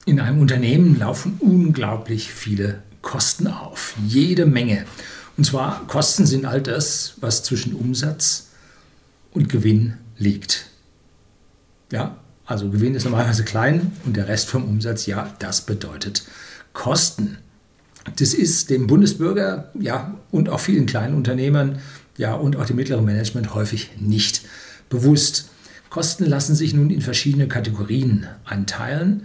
In einem Unternehmen laufen unglaublich viele Kosten auf, jede Menge. Und zwar Kosten sind all das, was zwischen Umsatz und Gewinn liegt. Ja, also Gewinn ist normalerweise klein und der Rest vom Umsatz, ja, das bedeutet Kosten. Das ist dem Bundesbürger, ja, und auch vielen kleinen Unternehmern, ja, und auch dem mittleren Management häufig nicht bewusst. Kosten lassen sich nun in verschiedene Kategorien einteilen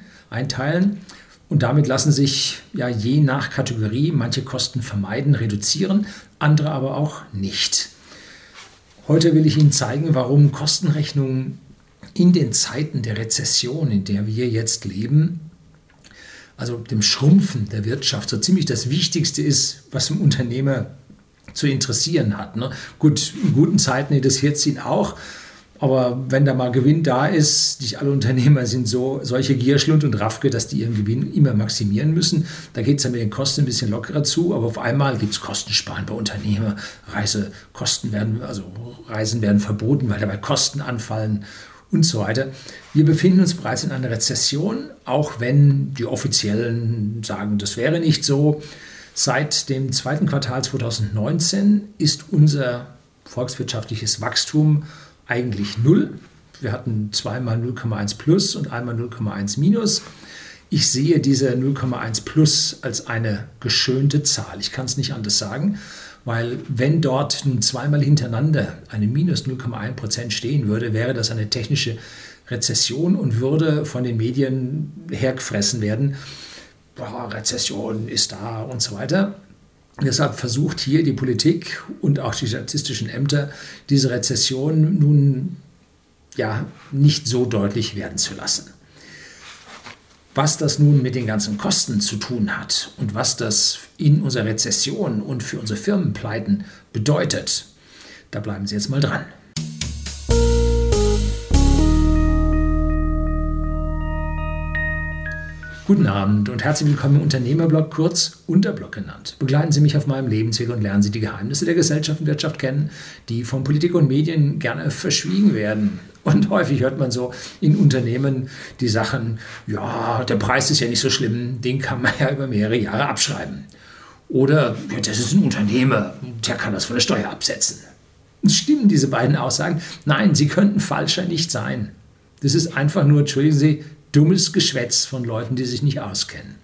und damit lassen sich ja je nach Kategorie manche Kosten vermeiden, reduzieren, andere aber auch nicht. Heute will ich Ihnen zeigen, warum Kostenrechnungen in den Zeiten der Rezession, in der wir jetzt leben, also dem Schrumpfen der Wirtschaft, so ziemlich das Wichtigste ist, was ein Unternehmer zu interessieren hat. Ne? Gut, in guten Zeiten interessiert es ihn auch, aber wenn da mal Gewinn da ist, nicht alle Unternehmer sind solche Gierschlund und Raffke, dass die ihren Gewinn immer maximieren müssen. Da geht es dann mit den Kosten ein bisschen lockerer zu, aber auf einmal gibt es Kostensparen bei Unternehmern. Reisen werden verboten, weil dabei Kosten anfallen und so weiter. Wir befinden uns bereits in einer Rezession, auch wenn die Offiziellen sagen, das wäre nicht so. Seit dem zweiten Quartal 2019 ist unser volkswirtschaftliches Wachstum eigentlich null. Wir hatten zweimal 0,1 plus und einmal 0,1 minus. Ich sehe diese 0,1 plus als eine geschönte Zahl. Ich kann es nicht anders sagen, weil wenn dort nun zweimal hintereinander eine minus 0,1% stehen würde, wäre das eine technische Rezession und würde von den Medien hergefressen werden. Boah, Rezession ist da und so weiter. Deshalb versucht hier die Politik und auch die statistischen Ämter, diese Rezession nun ja nicht so deutlich werden zu lassen. Was das nun mit den ganzen Kosten zu tun hat und was das in unserer Rezession und für unsere Firmenpleiten bedeutet, da bleiben Sie jetzt mal dran. Guten Abend und herzlich willkommen im Unternehmerblog, kurz Unterblog genannt. Begleiten Sie mich auf meinem Lebensweg und lernen Sie die Geheimnisse der Gesellschaft und Wirtschaft kennen, die von Politik und Medien gerne verschwiegen werden. Und häufig hört man so in Unternehmen die Sachen, ja, der Preis ist ja nicht so schlimm, den kann man ja über mehrere Jahre abschreiben. Oder, ja, das ist ein Unternehmer, der kann das von der Steuer absetzen. Stimmen diese beiden Aussagen? Nein, sie könnten falscher nicht sein. Das ist einfach nur, entschuldigen Sie, dummes Geschwätz von Leuten, die sich nicht auskennen.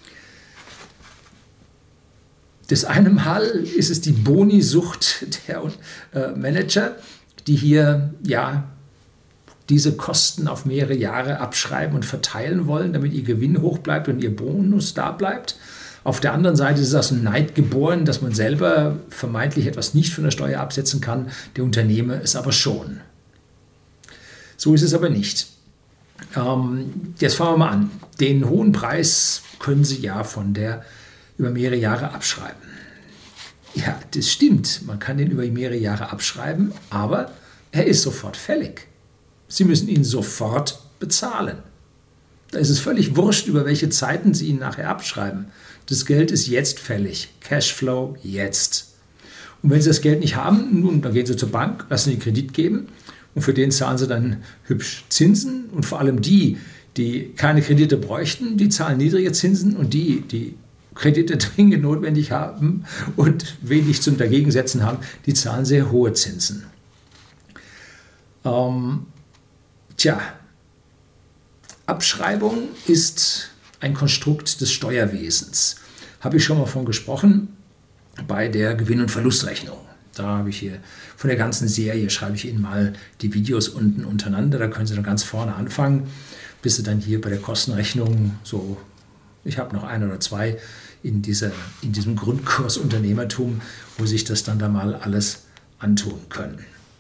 Das eine Mal ist es die Boni-Sucht der Manager, die hier ja diese Kosten auf mehrere Jahre abschreiben und verteilen wollen, damit ihr Gewinn hoch bleibt und ihr Bonus da bleibt. Auf der anderen Seite ist es aus dem Neid geboren, dass man selber vermeintlich etwas nicht von der Steuer absetzen kann, der Unternehmer es aber schon. So ist es aber nicht. Jetzt fangen wir mal an. Den hohen Preis können Sie ja über mehrere Jahre abschreiben. Ja, das stimmt. Man kann den über mehrere Jahre abschreiben, aber er ist sofort fällig. Sie müssen ihn sofort bezahlen. Da ist es völlig wurscht, über welche Zeiten Sie ihn nachher abschreiben. Das Geld ist jetzt fällig. Cashflow jetzt. Und wenn Sie das Geld nicht haben, nun, dann gehen Sie zur Bank, lassen Sie den Kredit geben. Und für den zahlen sie dann hübsch Zinsen. Und vor allem die keine Kredite bräuchten, die zahlen niedrige Zinsen. Und die Kredite dringend notwendig haben und wenig zum Dagegensetzen haben, die zahlen sehr hohe Zinsen. Abschreibung ist ein Konstrukt des Steuerwesens. Habe ich schon mal von gesprochen bei der Gewinn- und Verlustrechnung. Da habe ich hier von der ganzen Serie, schreibe ich Ihnen mal die Videos unten untereinander. Da können Sie dann ganz vorne anfangen, bis Sie dann hier bei der Kostenrechnung so, ich habe noch ein oder zwei in diesem Grundkurs Unternehmertum, wo sich das dann da mal alles antun können.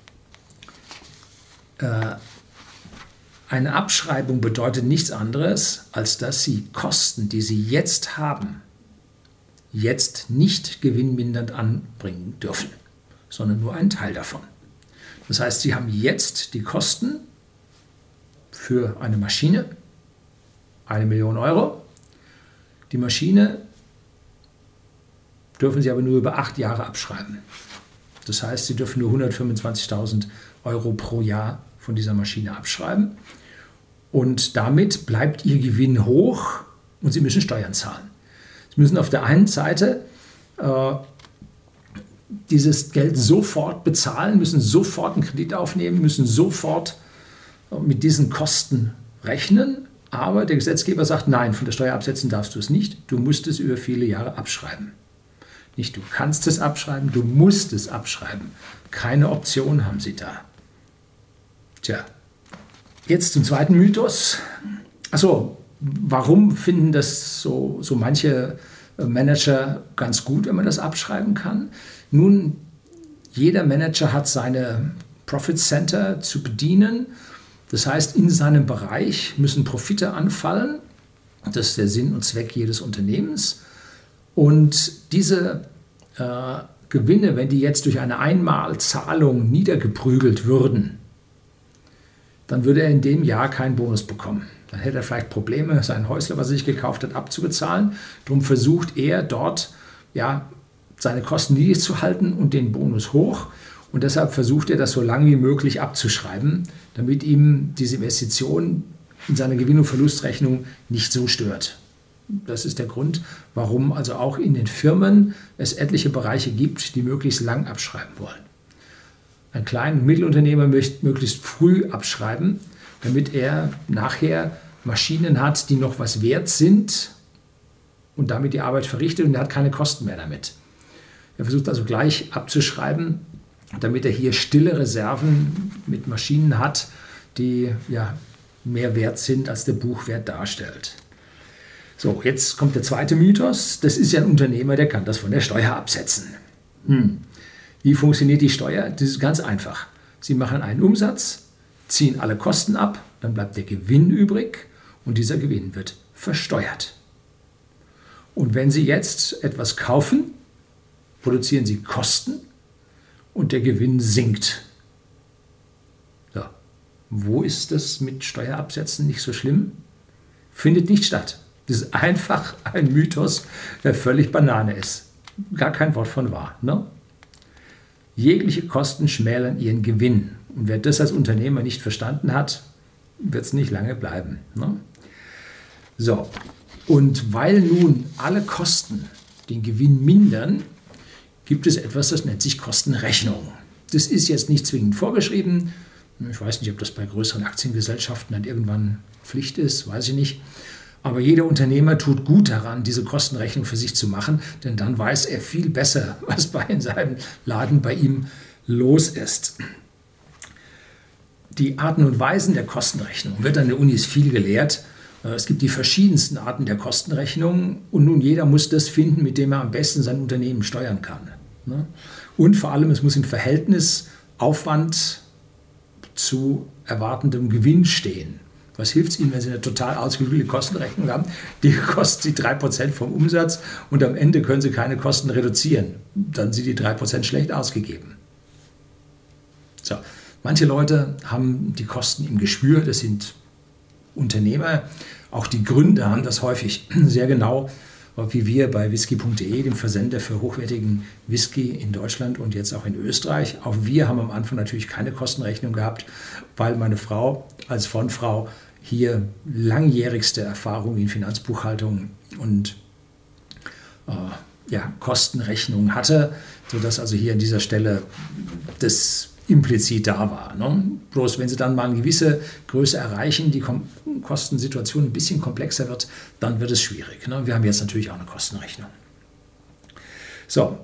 Eine Abschreibung bedeutet nichts anderes, als dass Sie Kosten, die Sie jetzt haben, jetzt nicht gewinnmindernd anbringen dürfen, sondern nur einen Teil davon. Das heißt, Sie haben jetzt die Kosten für eine Maschine, 1 Million Euro. Die Maschine dürfen Sie aber nur über 8 Jahre abschreiben. Das heißt, Sie dürfen nur 125.000 Euro pro Jahr von dieser Maschine abschreiben. Und damit bleibt Ihr Gewinn hoch, und sie müssen Steuern zahlen. Sie müssen auf der einen Seite dieses Geld sofort bezahlen, müssen sofort einen Kredit aufnehmen, müssen sofort mit diesen Kosten rechnen. Aber der Gesetzgeber sagt, nein, von der Steuer absetzen darfst du es nicht. Du musst es über viele Jahre abschreiben. Nicht du kannst es abschreiben, du musst es abschreiben. Keine Option haben sie da. Tja, jetzt zum zweiten Mythos. Achso, warum finden das so manche Manager ganz gut, wenn man das abschreiben kann? Nun, jeder Manager hat seine Profit Center zu bedienen. Das heißt, in seinem Bereich müssen Profite anfallen. Das ist der Sinn und Zweck jedes Unternehmens. Und diese Gewinne, wenn die jetzt durch eine Einmalzahlung niedergeprügelt würden, dann würde er in dem Jahr keinen Bonus bekommen. Dann hätte er vielleicht Probleme, sein Häusle, was er sich gekauft hat, abzubezahlen. Darum versucht er dort seine Kosten niedrig zu halten und den Bonus hoch. Und deshalb versucht er, das so lange wie möglich abzuschreiben, damit ihm diese Investition in seiner Gewinn- und Verlustrechnung nicht so stört. Das ist der Grund, warum also auch in den Firmen es etliche Bereiche gibt, die möglichst lang abschreiben wollen. Ein Klein- und Mittelunternehmer möchte möglichst früh abschreiben, damit er nachher Maschinen hat, die noch was wert sind und damit die Arbeit verrichtet, und er hat keine Kosten mehr damit. Er versucht also gleich abzuschreiben, damit er hier stille Reserven mit Maschinen hat, die mehr wert sind, als der Buchwert darstellt. So, jetzt kommt der zweite Mythos. Das ist ja ein Unternehmer, der kann das von der Steuer absetzen. Wie funktioniert die Steuer? Das ist ganz einfach. Sie machen einen Umsatz, ziehen alle Kosten ab, dann bleibt der Gewinn übrig und dieser Gewinn wird versteuert. Und wenn Sie jetzt etwas kaufen, produzieren Sie Kosten und der Gewinn sinkt. Ja. Wo ist das mit Steuerabsätzen nicht so schlimm? Findet nicht statt. Das ist einfach ein Mythos, der völlig Banane ist. Gar kein Wort von wahr. Ne? Jegliche Kosten schmälern ihren Gewinn. Und wer das als Unternehmer nicht verstanden hat, wird es nicht lange bleiben. Ne? So, und weil nun alle Kosten den Gewinn mindern, gibt es etwas, das nennt sich Kostenrechnung. Das ist jetzt nicht zwingend vorgeschrieben. Ich weiß nicht, ob das bei größeren Aktiengesellschaften dann irgendwann Pflicht ist, weiß ich nicht. Aber jeder Unternehmer tut gut daran, diese Kostenrechnung für sich zu machen, denn dann weiß er viel besser, was in seinem Laden bei ihm los ist. Die Arten und Weisen der Kostenrechnung wird an der Unis viel gelehrt. Es gibt die verschiedensten Arten der Kostenrechnung und nun jeder muss das finden, mit dem er am besten sein Unternehmen steuern kann. Und vor allem, es muss im Verhältnis Aufwand zu erwartendem Gewinn stehen. Was hilft es Ihnen, wenn Sie eine total ausgeklügelte Kostenrechnung haben? Die kostet Sie 3% vom Umsatz und am Ende können Sie keine Kosten reduzieren. Dann sind die 3% schlecht ausgegeben. So. Manche Leute haben die Kosten im Gespür, das sind Unternehmer. Auch die Gründer haben das häufig sehr genau, wie wir bei whisky.de, dem Versender für hochwertigen Whisky in Deutschland und jetzt auch in Österreich. Auch wir haben am Anfang natürlich keine Kostenrechnung gehabt, weil meine Frau als Fondfrau hier langjährigste Erfahrung in Finanzbuchhaltung und Kostenrechnung hatte, sodass also hier an dieser Stelle das implizit da war. Ne? Bloß wenn Sie dann mal eine gewisse Größe erreichen, die Kostensituation ein bisschen komplexer wird, dann wird es schwierig. Ne? Wir haben jetzt natürlich auch eine Kostenrechnung. So,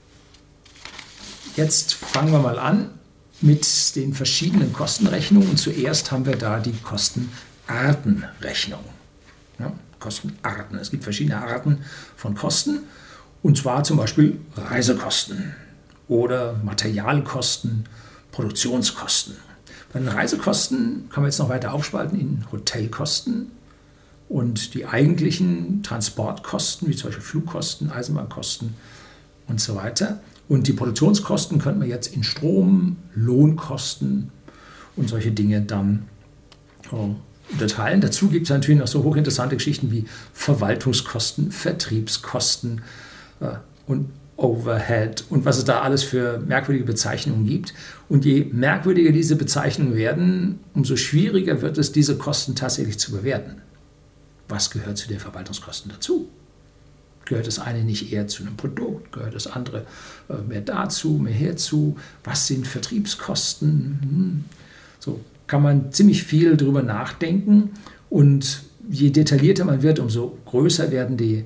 jetzt fangen wir mal an mit den verschiedenen Kostenrechnungen. Und zuerst haben wir da die Kostenartenrechnung. Ja, Kostenarten. Es gibt verschiedene Arten von Kosten, und zwar zum Beispiel Reisekosten oder Materialkosten, Produktionskosten. Bei den Reisekosten kann man jetzt noch weiter aufspalten in Hotelkosten und die eigentlichen Transportkosten, wie zum Beispiel Flugkosten, Eisenbahnkosten und so weiter. Und die Produktionskosten könnte man jetzt in Strom, Lohnkosten und solche Dinge dann unterteilen. Dazu gibt es natürlich noch so hochinteressante Geschichten wie Verwaltungskosten, Vertriebskosten und Overhead und was es da alles für merkwürdige Bezeichnungen gibt. Und je merkwürdiger diese Bezeichnungen werden, umso schwieriger wird es, diese Kosten tatsächlich zu bewerten. was gehört zu den Verwaltungskosten dazu? Gehört das eine nicht eher zu einem Produkt? Gehört das andere mehr dazu, mehr herzu? Was sind Vertriebskosten? So kann man ziemlich viel drüber nachdenken. Und je detaillierter man wird, umso größer werden die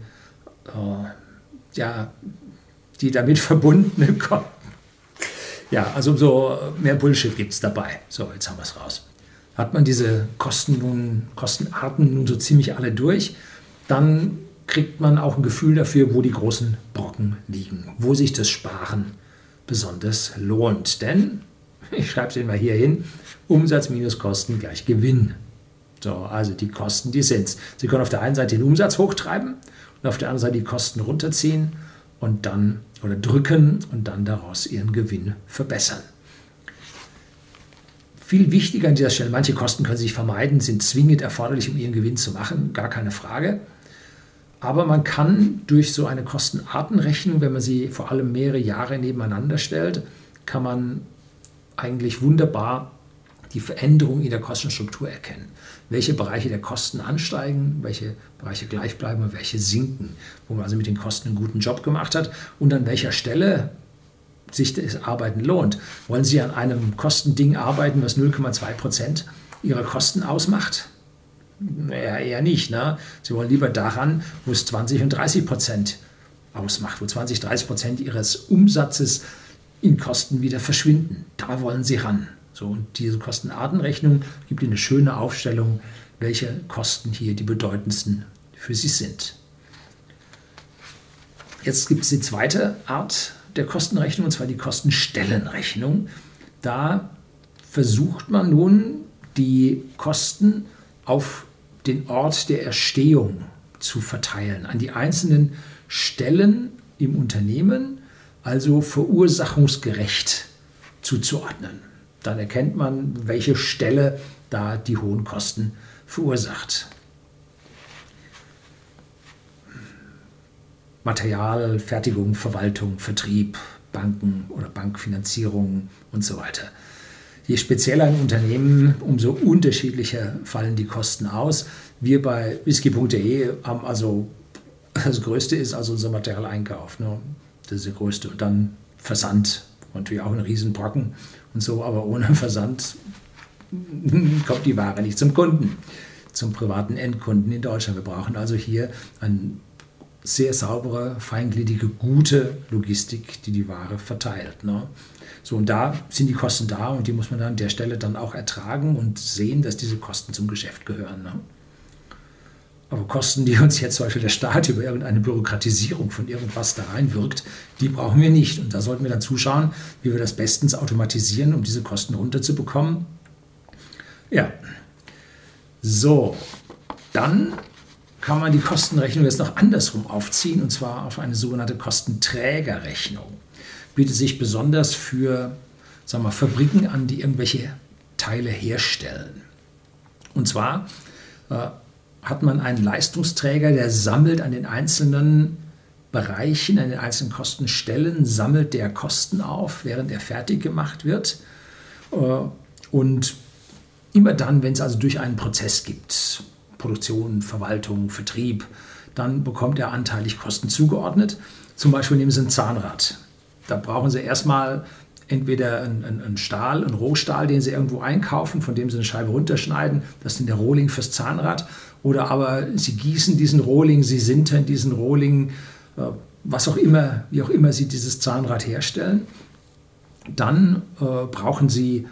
damit verbundenen Kosten. Ja, also umso mehr Bullshit gibt es dabei. So, jetzt haben wir es raus. Hat man diese Kostenarten nun so ziemlich alle durch, dann kriegt man auch ein Gefühl dafür, wo die großen Brocken liegen, wo sich das Sparen besonders lohnt. Denn, ich schreibe es Ihnen mal hier hin, Umsatz minus Kosten gleich Gewinn. So, also die Kosten, die sind es. Sie können auf der einen Seite den Umsatz hochtreiben und auf der anderen Seite die Kosten runterziehen und dann oder drücken und dann daraus Ihren Gewinn verbessern. Viel wichtiger an dieser Stelle, manche Kosten können Sie nicht vermeiden, sind zwingend erforderlich, um Ihren Gewinn zu machen, gar keine Frage. Aber man kann durch so eine Kostenartenrechnung, wenn man sie vor allem mehrere Jahre nebeneinander stellt, kann man eigentlich wunderbar die Veränderung in der Kostenstruktur erkennen. Welche Bereiche der Kosten ansteigen, welche Bereiche gleich bleiben und welche sinken, wo man also mit den Kosten einen guten Job gemacht hat und an welcher Stelle sich das Arbeiten lohnt. Wollen Sie an einem Kostending arbeiten, was 0,2% Ihrer Kosten ausmacht? Naja, eher nicht. Ne? Sie wollen lieber daran, wo es 20 und 30% ausmacht, wo 20, 30% Ihres Umsatzes in Kosten wieder verschwinden. Da wollen Sie ran. So, und diese Kostenartenrechnung gibt Ihnen eine schöne Aufstellung, welche Kosten hier die bedeutendsten für Sie sind. Jetzt gibt es die zweite Art der Kostenrechnung, und zwar die Kostenstellenrechnung. Da versucht man nun, die Kosten auf den Ort der Erstehung zu verteilen, an die einzelnen Stellen im Unternehmen, also verursachungsgerecht zuzuordnen. Dann erkennt man, welche Stelle da die hohen Kosten verursacht. Material, Fertigung, Verwaltung, Vertrieb, Banken oder Bankfinanzierung und so weiter. Je spezieller ein Unternehmen, umso unterschiedlicher fallen die Kosten aus. Wir bei whisky.de haben also, das Größte ist also unser Materialeinkauf. Ne? Das ist der größte. Und dann Versand, natürlich auch ein Riesenbrocken und so, aber ohne Versand kommt die Ware nicht zum Kunden, zum privaten Endkunden in Deutschland. Wir brauchen also hier eine sehr saubere, feingliedrige, gute Logistik, die die Ware verteilt. Ne? So, und da sind die Kosten da und die muss man dann an der Stelle dann auch ertragen und sehen, dass diese Kosten zum Geschäft gehören. Ne? Aber Kosten, die uns jetzt zum Beispiel der Staat über irgendeine Bürokratisierung von irgendwas da reinwirkt, die brauchen wir nicht. Und da sollten wir dann zuschauen, wie wir das bestens automatisieren, um diese Kosten runterzubekommen. Ja, so, dann kann man die Kostenrechnung jetzt noch andersrum aufziehen, und zwar auf eine sogenannte Kostenträgerrechnung. Bietet sich besonders für, sagen wir, Fabriken an, die irgendwelche Teile herstellen. Und zwar hat man einen Leistungsträger, der sammelt an den einzelnen Bereichen, an den einzelnen Kostenstellen, sammelt der Kosten auf, während er fertig gemacht wird. Und immer dann, wenn es also durch einen Prozess gibt, Produktion, Verwaltung, Vertrieb, dann bekommt er anteilig Kosten zugeordnet. Zum Beispiel nehmen Sie ein Zahnrad. Da brauchen Sie erstmal entweder einen Stahl, einen Rohstahl, den Sie irgendwo einkaufen, von dem Sie eine Scheibe runterschneiden. Das ist der Rohling fürs Zahnrad. Oder aber Sie gießen diesen Rohling, Sie sintern diesen Rohling, was auch immer, wie auch immer Sie dieses Zahnrad herstellen. Dann brauchen Sie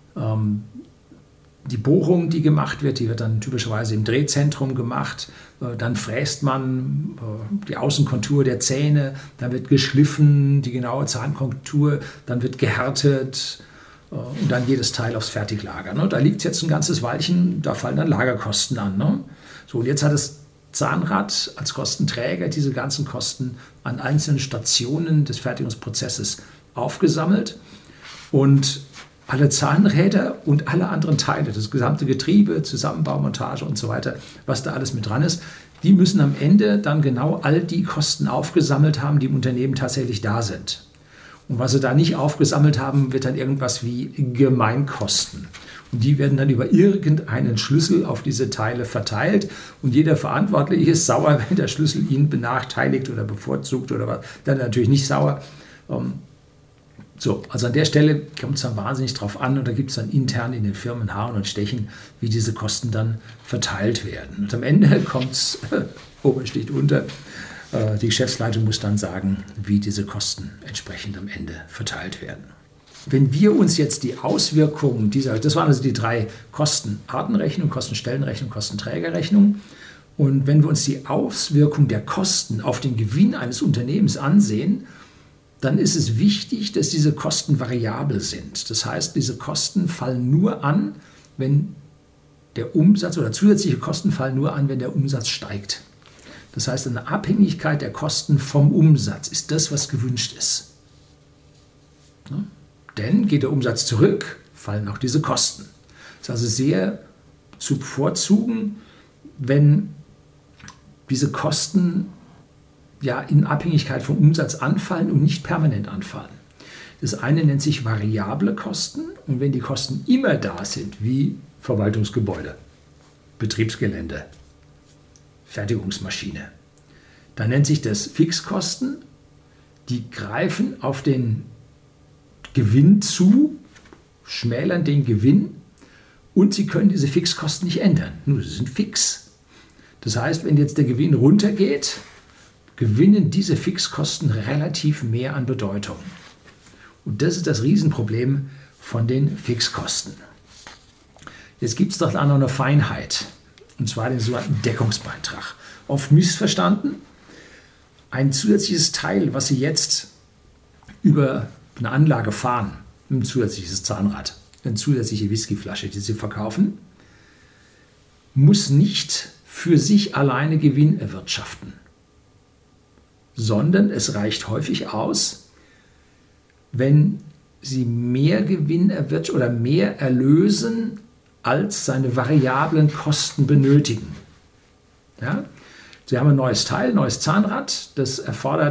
die Bohrung, die gemacht wird, die wird dann typischerweise im Drehzentrum gemacht. Dann fräst man die Außenkontur der Zähne, dann wird geschliffen, die genaue Zahnkontur, dann wird gehärtet und dann jedes Teil aufs Fertiglager. Ne? Da liegt es jetzt ein ganzes Weilchen, da fallen dann Lagerkosten an. Ne? So, und jetzt hat das Zahnrad als Kostenträger diese ganzen Kosten an einzelnen Stationen des Fertigungsprozesses aufgesammelt und alle Zahnräder und alle anderen Teile, das gesamte Getriebe, Zusammenbau, Montage und so weiter, was da alles mit dran ist, die müssen am Ende dann genau all die Kosten aufgesammelt haben, die im Unternehmen tatsächlich da sind. Und was sie da nicht aufgesammelt haben, wird dann irgendwas wie Gemeinkosten. Und die werden dann über irgendeinen Schlüssel auf diese Teile verteilt. Und jeder Verantwortliche ist sauer, wenn der Schlüssel ihn benachteiligt oder bevorzugt oder was. Dann natürlich nicht sauer. Also an der Stelle kommt es dann wahnsinnig drauf an und da gibt es dann intern in den Firmen Hauen und Stechen, wie diese Kosten dann verteilt werden. Und am Ende kommt es, oben steht unter, die Geschäftsleitung muss dann sagen, wie diese Kosten entsprechend am Ende verteilt werden. Wenn wir uns jetzt die Auswirkungen das waren also die 3 Kostenartenrechnung, Kostenstellenrechnung, Kostenträgerrechnung. Und wenn wir uns die Auswirkung der Kosten auf den Gewinn eines Unternehmens ansehen, dann ist es wichtig, dass diese Kosten variabel sind. Das heißt, diese Kosten fallen nur an, wenn der Umsatz oder zusätzliche Kosten fallen nur an, wenn der Umsatz steigt. Das heißt, eine Abhängigkeit der Kosten vom Umsatz ist das, was gewünscht ist. Ja? Denn geht der Umsatz zurück, fallen auch diese Kosten. Das ist also sehr zu bevorzugen, wenn diese Kosten in Abhängigkeit vom Umsatz anfallen und nicht permanent anfallen. Das eine nennt sich variable Kosten und wenn die Kosten immer da sind, wie Verwaltungsgebäude, Betriebsgelände, Fertigungsmaschine, dann nennt sich das Fixkosten, die greifen auf den Gewinn zu, schmälern den Gewinn und sie können diese Fixkosten nicht ändern. Nur sie sind fix. Das heißt, wenn jetzt der Gewinn runtergeht, gewinnen diese Fixkosten relativ mehr an Bedeutung. Und das ist das Riesenproblem von den Fixkosten. Jetzt gibt es dort auch noch eine Feinheit, und zwar den sogenannten Deckungsbeitrag. Oft missverstanden, ein zusätzliches Teil, was Sie jetzt über eine Anlage fahren, ein zusätzliches Zahnrad, eine zusätzliche Whiskyflasche, die Sie verkaufen, muss nicht für sich alleine Gewinn erwirtschaften, sondern es reicht häufig aus, wenn Sie mehr Gewinn erwirtschaften oder mehr erlösen, als seine variablen Kosten benötigen. Ja? Sie haben ein neues Teil, neues Zahnrad, das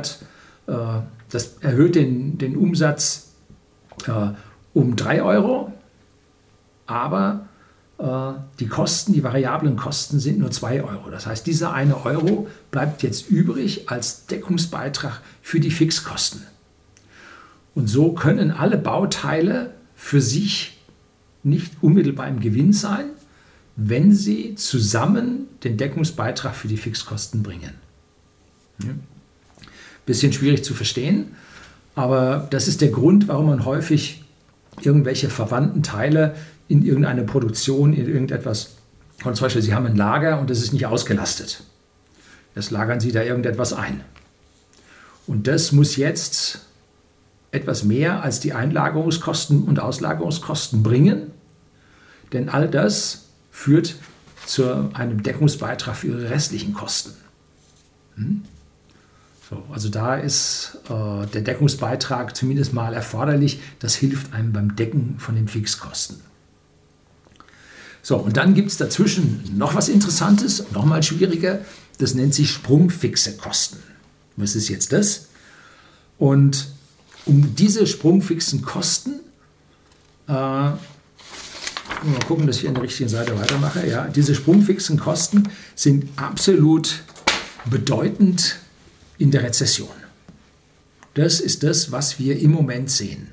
erhöht den Umsatz um 3 Euro, aber die variablen Kosten sind nur 2 Euro. Das heißt, dieser 1 Euro bleibt jetzt übrig als Deckungsbeitrag für die Fixkosten. Und so können alle Bauteile für sich nicht unmittelbar im Gewinn sein, wenn sie zusammen den Deckungsbeitrag für die Fixkosten bringen. Ja. Bisschen schwierig zu verstehen, aber das ist der Grund, warum man häufig irgendwelche verwandten Teile in irgendeine Produktion, in irgendetwas, und zum Beispiel Sie haben ein Lager und das ist nicht ausgelastet. Jetzt lagern Sie da irgendetwas ein. Und das muss jetzt etwas mehr als die Einlagerungskosten und Auslagerungskosten bringen, denn all das führt zu einem Deckungsbeitrag für Ihre restlichen Kosten. So, also da ist der Deckungsbeitrag zumindest mal erforderlich. Das hilft einem beim Decken von den Fixkosten. So, und dann gibt es dazwischen noch was Interessantes, noch mal schwieriger. Das nennt sich sprungfixe Kosten. Was ist jetzt das? Und um diese sprungfixen Kosten, mal gucken, dass ich an der richtigen Seite weitermache. Ja, diese sprungfixen Kosten sind absolut bedeutend in der Rezession. Das ist das, was wir im Moment sehen.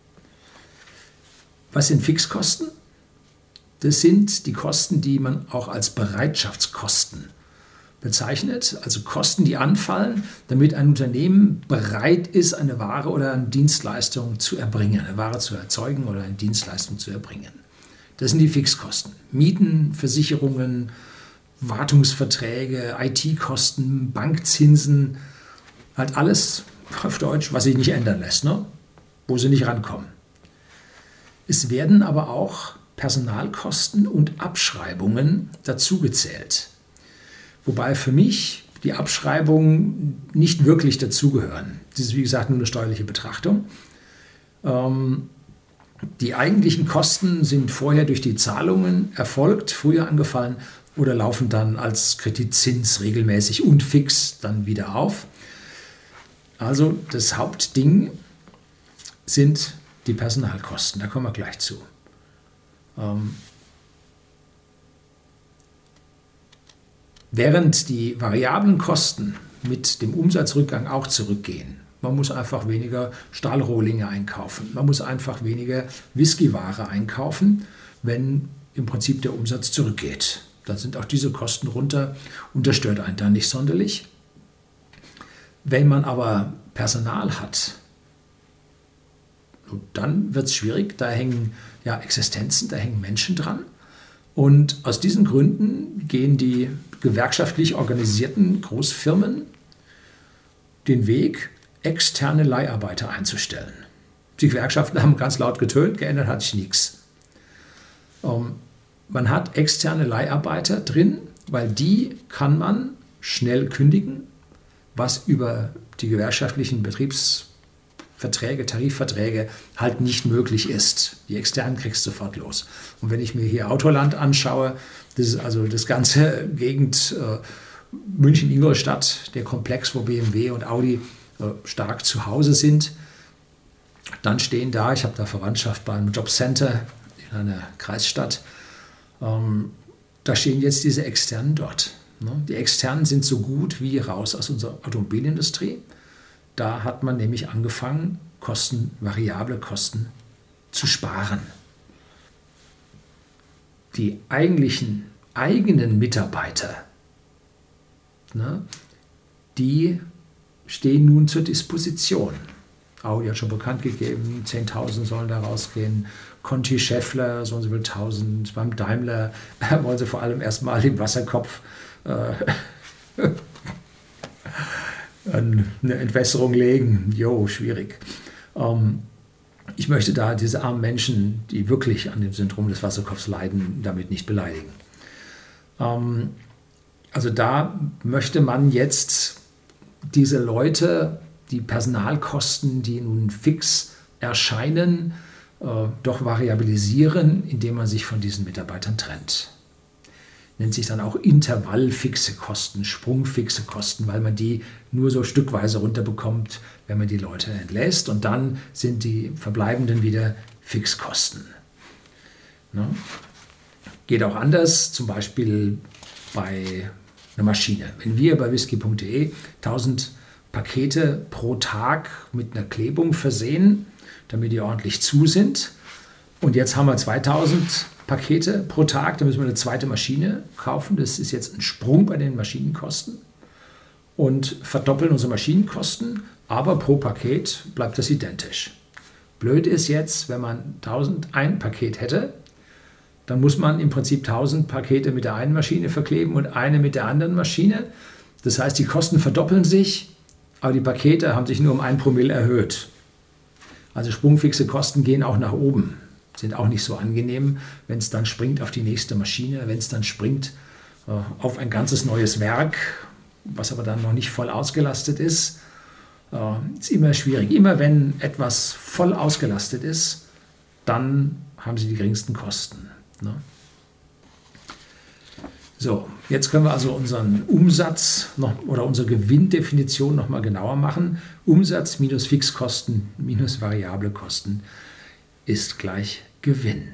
Was sind Fixkosten? Das sind die Kosten, die man auch als Bereitschaftskosten bezeichnet, also Kosten, die anfallen, damit ein Unternehmen bereit ist, eine Ware oder eine Dienstleistung zu erbringen, eine Ware zu erzeugen oder eine Dienstleistung zu erbringen. Das sind die Fixkosten. Mieten, Versicherungen, Wartungsverträge, IT-Kosten, Bankzinsen, halt alles auf Deutsch, was sich nicht ändern lässt, ne? Wo sie nicht rankommen. Es werden aber auch Personalkosten und Abschreibungen dazugezählt. Wobei für mich die Abschreibungen nicht wirklich dazugehören. Das ist, wie gesagt, nur eine steuerliche Betrachtung. Die eigentlichen Kosten sind vorher durch die Zahlungen erfolgt, früher angefallen oder laufen dann als Kreditzins regelmäßig und fix dann wieder auf. Also das Hauptding sind die Personalkosten, da kommen wir gleich zu. Während die variablen Kosten mit dem Umsatzrückgang auch zurückgehen. Man muss einfach weniger Stahlrohlinge einkaufen. Man muss einfach weniger Whiskyware einkaufen, wenn im Prinzip der Umsatz zurückgeht. Dann sind auch diese Kosten runter und das stört einen dann nicht sonderlich. Wenn man aber Personal hat, dann wird es schwierig. Da hängen ja Existenzen, da hängen Menschen dran. Und aus diesen Gründen gehen die gewerkschaftlich organisierten Großfirmen den Weg, externe Leiharbeiter einzustellen. Die Gewerkschaften haben ganz laut getönt, geändert hat sich nichts. Man hat externe Leiharbeiter drin, weil die kann man schnell kündigen, was über die gewerkschaftlichen Betriebsverträge, Tarifverträge halt nicht möglich ist. Die externen kriegst du sofort los. Und wenn ich mir hier Autoland anschaue, das ist also das ganze Gegend München-Ingolstadt, der Komplex, wo BMW und Audi stark zu Hause sind, dann stehen da, ich habe da Verwandtschaft bei einem Jobcenter in einer Kreisstadt, da stehen jetzt diese Externen dort. Die Externen sind so gut wie raus aus unserer Automobilindustrie. Da hat man nämlich angefangen, variable Kosten zu sparen. Die eigentlichen eigenen Mitarbeiter, die stehen nun zur Disposition. Audi hat schon bekannt gegeben, 10.000 sollen da rausgehen. Conti Scheffler, so und so viel 1.000. Beim Daimler wollen sie vor allem erstmal im Wasserkopf eine Entwässerung legen. Jo, schwierig. Ich möchte da diese armen Menschen, die wirklich an dem Syndrom des Wasserkopfs leiden, damit nicht beleidigen. Also da möchte man jetzt diese Leute, die Personalkosten, die nun fix erscheinen, doch variabilisieren, indem man sich von diesen Mitarbeitern trennt. Nennt sich dann auch intervallfixe Kosten, sprungfixe Kosten, weil man die nur so stückweise runterbekommt, wenn man die Leute entlässt. Und dann sind die verbleibenden wieder Fixkosten. Ne? Geht auch anders, zum Beispiel bei einer Maschine. Wenn wir bei whisky.de 1000 Pakete pro Tag mit einer Klebung versehen, damit die ordentlich zu sind, und jetzt haben wir 2000 Pakete pro Tag, da müssen wir eine zweite Maschine kaufen. Das ist jetzt ein Sprung bei den Maschinenkosten und verdoppeln unsere Maschinenkosten, aber pro Paket bleibt das identisch. Blöd ist jetzt, wenn man 1001 Paket hätte, dann muss man im Prinzip 1000 Pakete mit der einen Maschine verkleben und eine mit der anderen Maschine. Das heißt, die Kosten verdoppeln sich, aber die Pakete haben sich nur um 1 Promille erhöht. Also sprungfixe Kosten gehen auch nach oben. Sind auch nicht so angenehm, wenn es dann springt auf die nächste Maschine, wenn es dann springt auf ein ganzes neues Werk, was aber dann noch nicht voll ausgelastet ist. Ist immer schwierig. Immer wenn etwas voll ausgelastet ist, dann haben sie die geringsten Kosten. Ne? So, jetzt können wir also unseren Umsatz oder unsere Gewinndefinition noch mal genauer machen. Umsatz minus Fixkosten minus variable Kosten ist gleich Gewinn.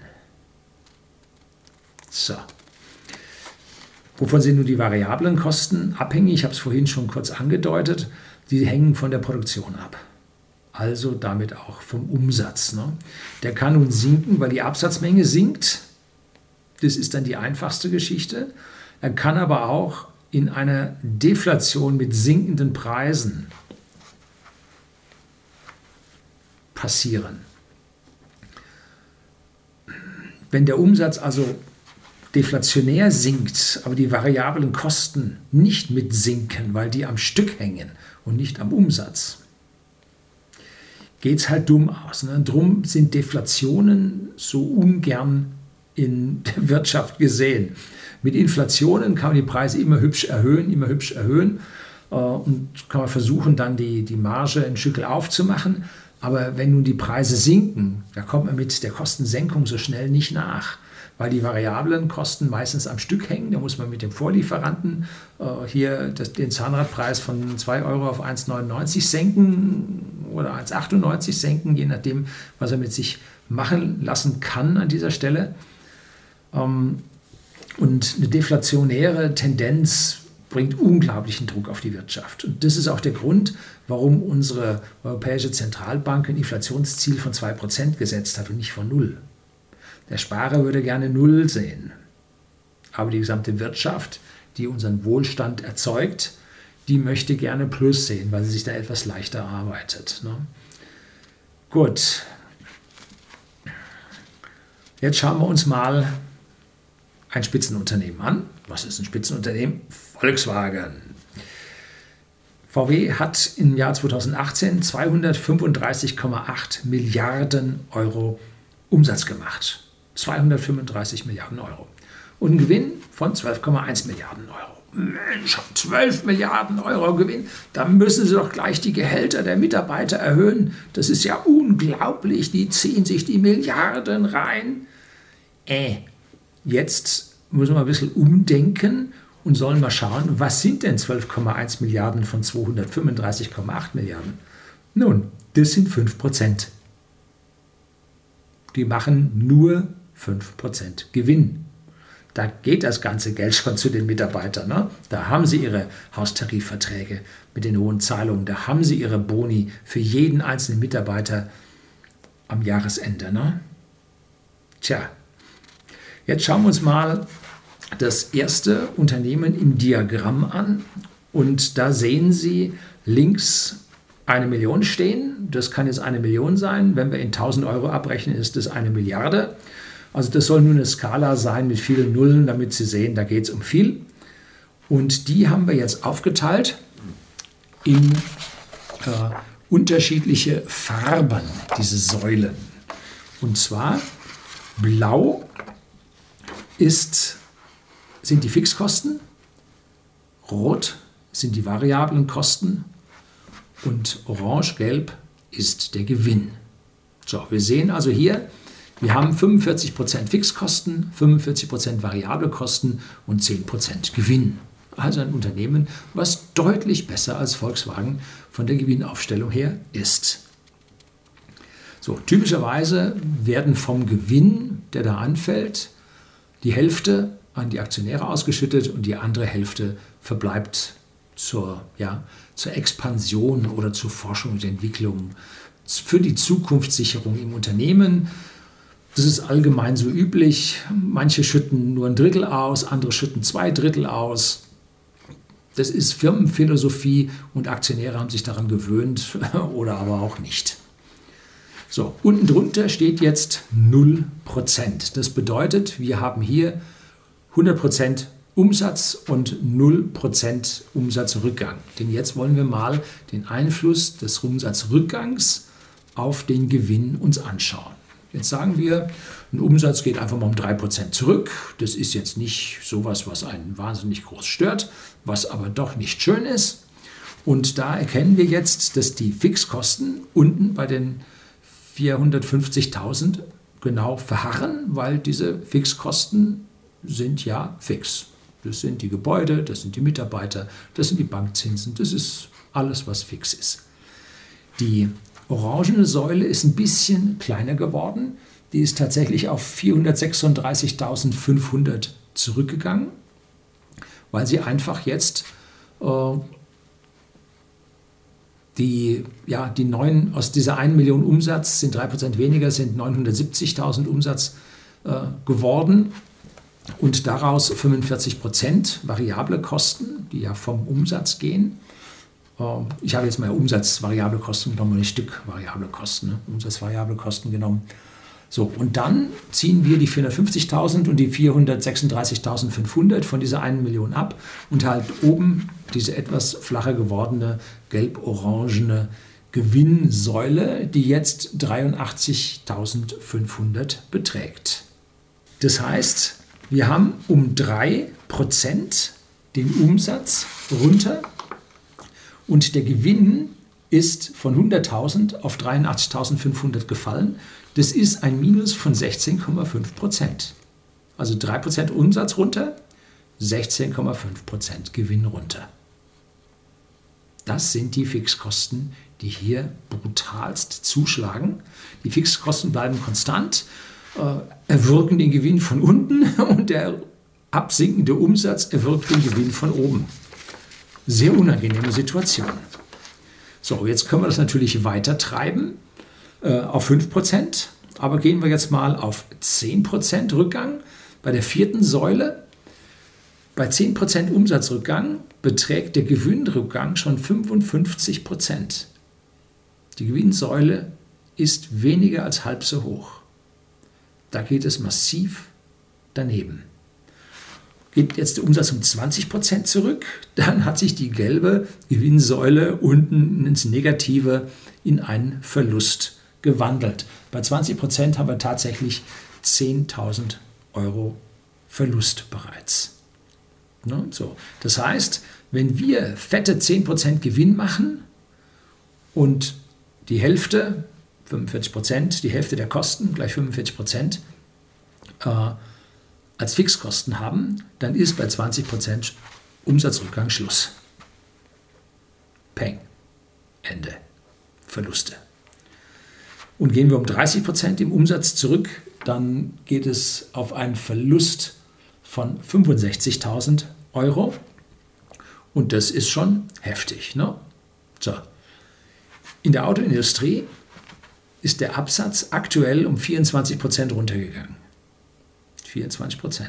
So. Wovon sind nun die variablen Kosten abhängig? Ich habe es vorhin schon kurz angedeutet. Die hängen von der Produktion ab. Also damit auch vom Umsatz. Ne? Der kann nun sinken, weil die Absatzmenge sinkt. Das ist dann die einfachste Geschichte. Er kann aber auch in einer Deflation mit sinkenden Preisen passieren. Wenn der Umsatz also deflationär sinkt, aber die variablen Kosten nicht mitsinken, weil die am Stück hängen und nicht am Umsatz, geht es halt dumm aus. Ne? Drum sind Deflationen so ungern in der Wirtschaft gesehen. Mit Inflationen kann man die Preise immer hübsch erhöhen und kann man versuchen, dann die Marge ein Stück aufzumachen. Aber wenn nun die Preise sinken, da kommt man mit der Kostensenkung so schnell nicht nach, weil die variablen Kosten meistens am Stück hängen. Da muss man mit dem Vorlieferanten den Zahnradpreis von 2 Euro auf 1,99 senken oder 1,98 senken, je nachdem, was er mit sich machen lassen kann an dieser Stelle. Und eine deflationäre Tendenz bringt unglaublichen Druck auf die Wirtschaft. Und das ist auch der Grund, warum unsere Europäische Zentralbank ein Inflationsziel von 2% gesetzt hat und nicht von 0. Der Sparer würde gerne 0 sehen. Aber die gesamte Wirtschaft, die unseren Wohlstand erzeugt, die möchte gerne Plus sehen, weil sie sich da etwas leichter arbeitet. Ne? Gut. Jetzt schauen wir uns mal ein Spitzenunternehmen an. Was ist ein Spitzenunternehmen? Volkswagen. VW hat im Jahr 2018 235,8 Milliarden Euro Umsatz gemacht. 235 Milliarden Euro. Und einen Gewinn von 12,1 Milliarden Euro. Mensch, 12 Milliarden Euro Gewinn. Da müssen Sie doch gleich die Gehälter der Mitarbeiter erhöhen. Das ist ja unglaublich. Die ziehen sich die Milliarden rein. Jetzt müssen wir ein bisschen umdenken und sollen mal schauen, was sind denn 12,1 Milliarden von 235,8 Milliarden? Nun, das sind 5%. Die machen nur 5% Gewinn. Da geht das ganze Geld schon zu den Mitarbeitern. Ne? Da haben sie ihre Haustarifverträge mit den hohen Zahlungen. Da haben sie ihre Boni für jeden einzelnen Mitarbeiter am Jahresende. Ne? Tja, jetzt schauen wir uns mal das erste Unternehmen im Diagramm an. Und da sehen Sie links 1 Million stehen. Das kann jetzt 1 Million sein. Wenn wir in 1000 Euro abrechnen, ist das 1 Milliarde. Also das soll nur eine Skala sein mit vielen Nullen, damit Sie sehen, da geht es um viel. Und die haben wir jetzt aufgeteilt in unterschiedliche Farben, diese Säulen. Und zwar blau sind die Fixkosten, rot sind die variablen Kosten und orange-gelb ist der Gewinn. So, wir sehen also hier, wir haben 45% Fixkosten, 45% variable Kosten und 10% Gewinn. Also ein Unternehmen, was deutlich besser als Volkswagen von der Gewinnaufstellung her ist. So, typischerweise werden vom Gewinn, der da anfällt, die Hälfte an die Aktionäre ausgeschüttet und die andere Hälfte verbleibt zur Expansion oder zur Forschung und Entwicklung, für die Zukunftssicherung im Unternehmen. Das ist allgemein so üblich. Manche schütten nur 1/3 aus, andere schütten 2/3 aus. Das ist Firmenphilosophie und Aktionäre haben sich daran gewöhnt oder aber auch nicht. So, unten drunter steht jetzt 0%. Das bedeutet, wir haben hier 100% Umsatz und 0% Umsatzrückgang. Denn jetzt wollen wir mal den Einfluss des Umsatzrückgangs auf den Gewinn uns anschauen. Jetzt sagen wir, ein Umsatz geht einfach mal um 3% zurück. Das ist jetzt nicht sowas, was einen wahnsinnig groß stört, was aber doch nicht schön ist. Und da erkennen wir jetzt, dass die Fixkosten unten bei den 450.000 genau verharren, weil diese Fixkosten sind ja fix. Das sind die Gebäude, das sind die Mitarbeiter, das sind die Bankzinsen, das ist alles, was fix ist. Die orangene Säule ist ein bisschen kleiner geworden. Die ist tatsächlich auf 436.500 zurückgegangen, weil sie einfach jetzt die neuen, aus dieser 1 Million Umsatz sind 3% weniger, sind 970.000 Umsatz geworden und daraus 45% variable Kosten, die ja vom Umsatz gehen. Ich habe jetzt mal Umsatzvariable Kosten genommen, nicht Stückvariable Kosten, Umsatzvariable Kosten genommen. So, und dann ziehen wir die 450.000 und die 436.500 von dieser 1 Million ab und halt oben diese etwas flacher gewordene gelb-orangene Gewinnsäule, die jetzt 83.500 beträgt. Das heißt, wir haben um 3% den Umsatz runter und der Gewinn ist von 100.000 auf 83.500 gefallen. Das ist ein Minus von 16,5%. Also 3% Umsatz runter, 16,5% Gewinn runter. Das sind die Fixkosten, die hier brutalst zuschlagen. Die Fixkosten bleiben konstant. erwirken den Gewinn von unten und der absinkende Umsatz erwirkt den Gewinn von oben. Sehr unangenehme Situation. So, jetzt können wir das natürlich weiter treiben auf 5%, aber gehen wir jetzt mal auf 10% Rückgang bei der vierten Säule. Bei 10% Umsatzrückgang beträgt der Gewinnrückgang schon 55%. Die Gewinnsäule ist weniger als halb so hoch. Da geht es massiv daneben. Geht jetzt der Umsatz um 20% zurück, dann hat sich die gelbe Gewinnsäule unten ins Negative in einen Verlust gewandelt. Bei 20% haben wir tatsächlich 10.000 Euro Verlust bereits. Ne? So. Das heißt, wenn wir fette 10% Gewinn machen und die Hälfte, 45%, die Hälfte der Kosten, gleich 45%, als Fixkosten haben, dann ist bei 20% Umsatzrückgang Schluss. Peng. Ende. Verluste. Und gehen wir um 30% im Umsatz zurück, dann geht es auf einen Verlust von 65.000 Euro. Und das ist schon heftig. Ne? So. In der Autoindustrie ist der Absatz aktuell um 24% runtergegangen. 24%.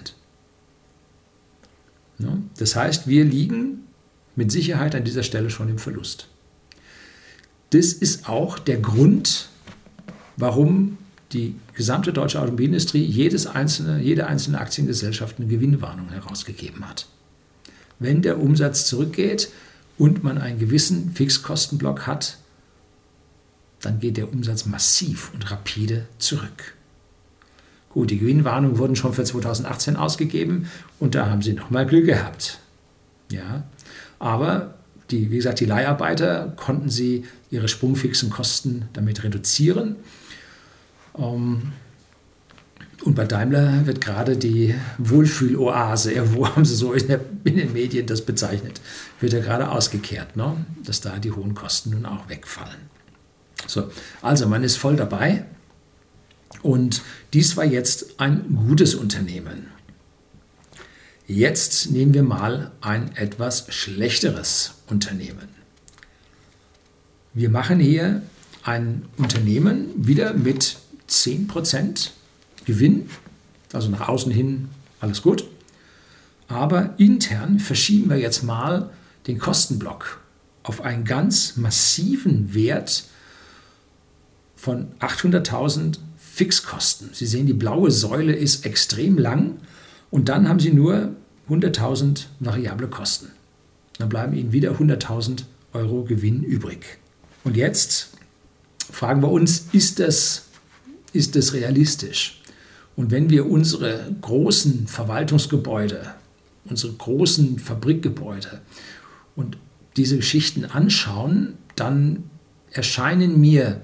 Ne? Das heißt, wir liegen mit Sicherheit an dieser Stelle schon im Verlust. Das ist auch der Grund, warum die gesamte deutsche Automobilindustrie jede einzelne Aktiengesellschaft eine Gewinnwarnung herausgegeben hat. Wenn der Umsatz zurückgeht und man einen gewissen Fixkostenblock hat, dann geht der Umsatz massiv und rapide zurück. Gut, die Gewinnwarnungen wurden schon für 2018 ausgegeben und da haben sie nochmal Glück gehabt. Ja, aber wie gesagt, die Leiharbeiter konnten sie ihre sprungfixen Kosten damit reduzieren. Und bei Daimler wird gerade die Wohlfühloase, wo haben sie so in den Medien das bezeichnet, wird ja gerade ausgekehrt, ne? Dass da die hohen Kosten nun auch wegfallen. So, also man ist voll dabei und dies war jetzt ein gutes Unternehmen. Jetzt nehmen wir mal ein etwas schlechteres Unternehmen. Wir machen hier ein Unternehmen wieder mit 10% Gewinn, also nach außen hin alles gut, aber intern verschieben wir jetzt mal den Kostenblock auf einen ganz massiven Wert von 800.000 Fixkosten. Sie sehen, die blaue Säule ist extrem lang und dann haben Sie nur 100.000 variable Kosten. Dann bleiben Ihnen wieder 100.000 Euro Gewinn übrig. Und jetzt fragen wir uns, ist das realistisch? Und wenn wir unsere großen Verwaltungsgebäude, unsere großen Fabrikgebäude und diese Geschichten anschauen, dann erscheinen mir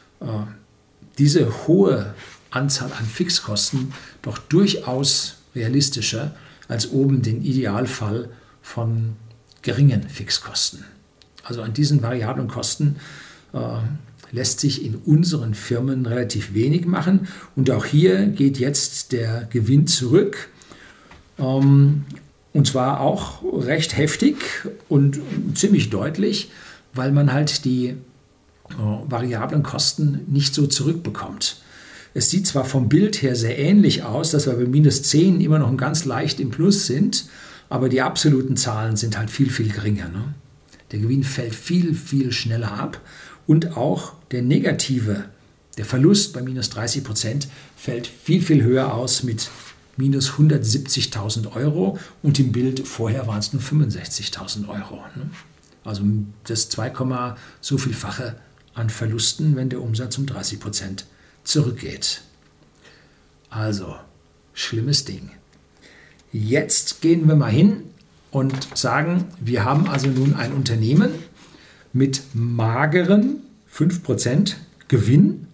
diese hohe Anzahl an Fixkosten doch durchaus realistischer als oben den Idealfall von geringen Fixkosten. Also an diesen variablen Kosten lässt sich in unseren Firmen relativ wenig machen. Und auch hier geht jetzt der Gewinn zurück. Und zwar auch recht heftig und ziemlich deutlich, weil man halt die variablen Kosten nicht so zurückbekommt. Es sieht zwar vom Bild her sehr ähnlich aus, dass wir bei -10 immer noch ganz leicht im Plus sind, aber die absoluten Zahlen sind halt viel, viel geringer. Ne? Der Gewinn fällt viel, viel schneller ab und auch der Verlust bei -30% fällt viel, viel höher aus mit -170.000 Euro und im Bild vorher waren es nur 65.000 Euro. Ne? Also das 2, so vielfache an Verlusten, wenn der Umsatz um 30% zurückgeht. Also, schlimmes Ding. Jetzt gehen wir mal hin und sagen, wir haben also nun ein Unternehmen mit mageren 5% Gewinn